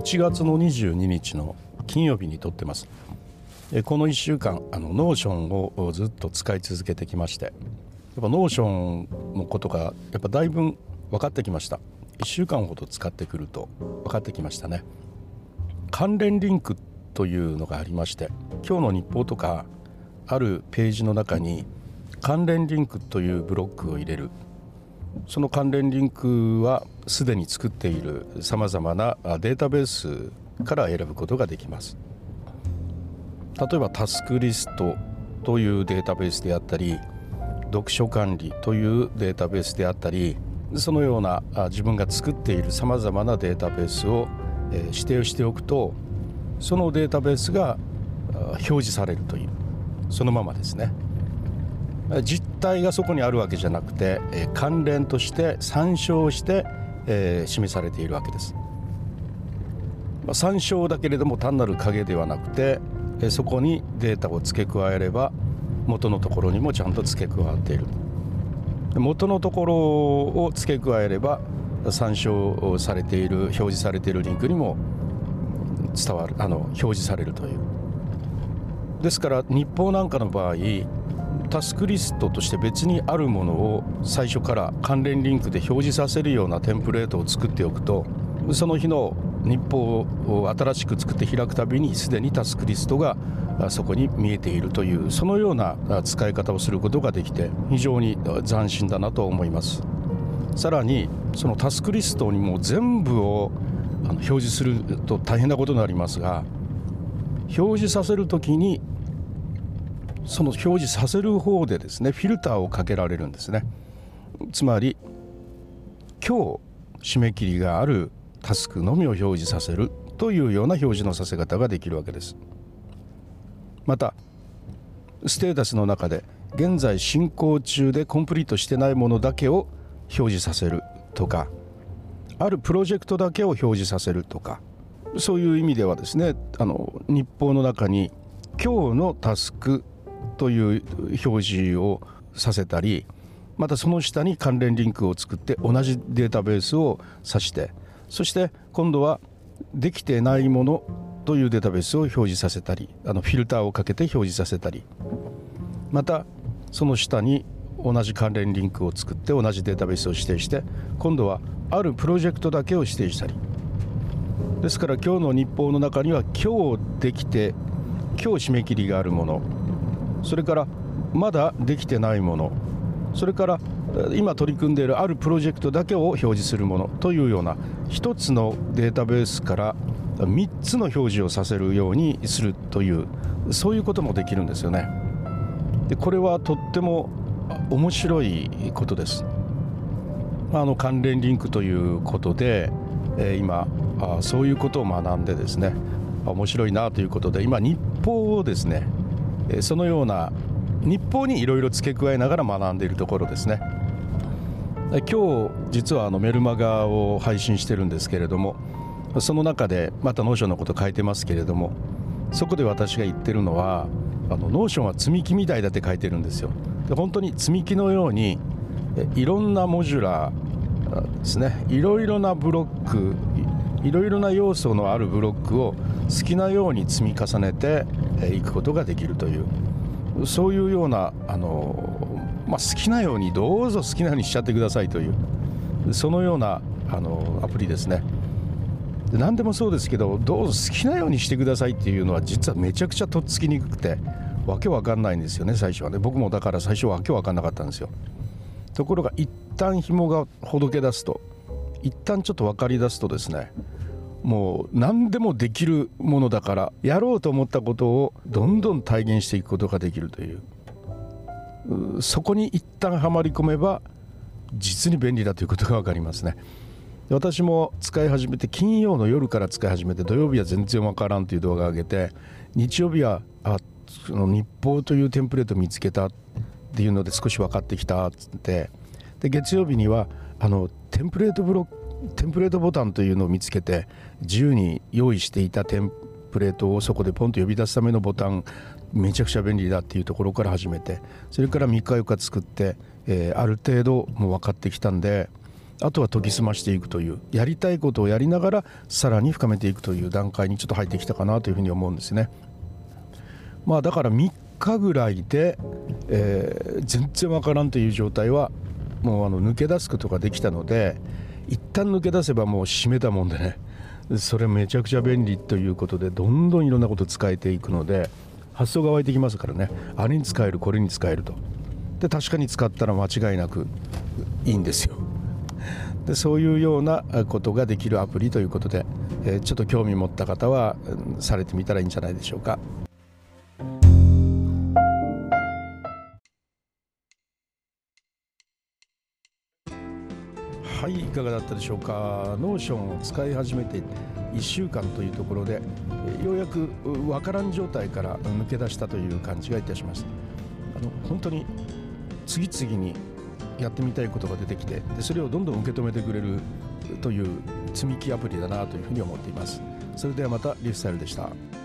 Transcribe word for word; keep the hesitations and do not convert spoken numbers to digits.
いちがつのにじゅうににちの金曜日に撮ってます。このいっしゅうかんあのノーションをずっと使い続けてきまして、やっぱノーションのことがやっぱだいぶ分かってきました。いっしゅうかんほど使ってくると分かってきましたね。関連リンクというのがありまして、今日の日報とかあるページの中に関連リンクというブロックを入れる。その関連リンクはすでに作っているさまざまなデータベースから選ぶことができます。例えばタスクリストというデータベースであったり、読書管理というデータベースであったり、そのような自分が作っているさまざまなデータベースを指定をしておくと、そのデータベースが表示されるという、そのままですね。実態がそこにあるわけじゃなくて、関連として参照して、えー、示されているわけです。参照だけれども単なる影ではなくて、そこにデータを付け加えれば元のところにもちゃんと付け加わっている。元のところを付け加えれば参照されている、表示されているリンクにも伝わる、あの表示されるという。ですから日報なんかの場合、タスクリストとして別にあるものを最初から関連リンクで表示させるようなテンプレートを作っておくと、その日の日報を新しく作って開くたびにすでにタスクリストがそこに見えているという、そのような使い方をすることができて非常に斬新だなと思います。さらにそのタスクリストにも全部を表示すると大変なことになりますが、表示させるときにその表示させる方でですね、フィルターをかけられるんですね。つまり今日締め切りがあるタスクのみを表示させるというような表示のさせ方ができるわけです。またステータスの中で現在進行中でコンプリートしてないものだけを表示させるとか、あるプロジェクトだけを表示させるとか、そういう意味ではですね、あの日報の中に今日のタスクという表示をさせたり、またその下に関連リンクを作って同じデータベースを指して、そして今度はできてないものというデータベースを表示させたり、あのフィルターをかけて表示させたり、またその下に同じ関連リンクを作って同じデータベースを指定して、今度はあるプロジェクトだけを指定したり。ですから今日の日報の中には今日できて今日締め切りがあるもの、それからまだできてないもの、それから今取り組んでいるあるプロジェクトだけを表示するものというような、一つのデータベースからみっつの表示をさせるようにするという、そういうこともできるんですよね。でこれはとっても面白いことです。あの関連リンクということで、えー、今あそういうことを学んでですね、面白いなということで、今日報をですね、そのような日報にいろいろ付け加えながら学んでいるところですね。今日実はあのメルマガを配信してるんですけれども、その中でまたノーションのこと書いてますけれども、そこで私が言ってるのは、あのノーションは積み木みたいだって書いてるんですよ。で本当に積み木のようにいろんなモジュラーですね、いろいろなブロック、いろいろな要素のあるブロックを好きなように積み重ねていくことができるという、そういうようなあの、まあ、好きなようにどうぞ好きなようにしちゃってくださいという、そのようなあのアプリですね。で何でもそうですけど、どうぞ好きなようにしてくださいっていうのは実はめちゃくちゃとっつきにくくてわけわかんないんですよね、最初はね。僕もだから最初はわけわかんなかったんですよ。ところが一旦紐がほどけ出すと、一旦ちょっと分かり出すとですね、もう何でもできるものだから、やろうと思ったことをどんどん体現していくことができるという、そこに一旦はまり込めば実に便利だということが分かりますね。私も使い始めて、金曜の夜から使い始めて、土曜日は全然分からんという動画を上げて、日曜日はあその日報というテンプレートを見つけたっていうので少し分かってきたっつって、で月曜日にはあのテンプレートブロックテンプレートボタンというのを見つけて、自由に用意していたテンプレートをそこでポンと呼び出すためのボタン、めちゃくちゃ便利だっていうところから始めて、それからみっかよっか作って、えー、ある程度もう分かってきたんで、 あとは研ぎ澄ましていくという、やりたいことをやりながらさらに深めていくという段階にちょっと入ってきたかなというふうに思うんですね。まあだからみっかぐらいで、えー、全然わからんという状態はもうあの抜け出すことができたので、一旦抜け出せばもう締めたもんでね、それめちゃくちゃ便利ということで、どんどんいろんなこと使えていくので発想が湧いてきますからね。あれに使える、これに使えると。で確かに使ったら間違いなくいいんですよ。でそういうようなことができるアプリということで、えー、ちょっと興味持った方はされてみたらいいんじゃないでしょうか。はい、いかがだったでしょうか。ノーションを使い始めていっしゅうかんというところで、ようやくわからん状態から抜け出したという感じがいたします。あの本当に次々にやってみたいことが出てきて、でそれをどんどん受け止めてくれるという積み木アプリだなというふうに思っています。それではまたリフスタイルでした。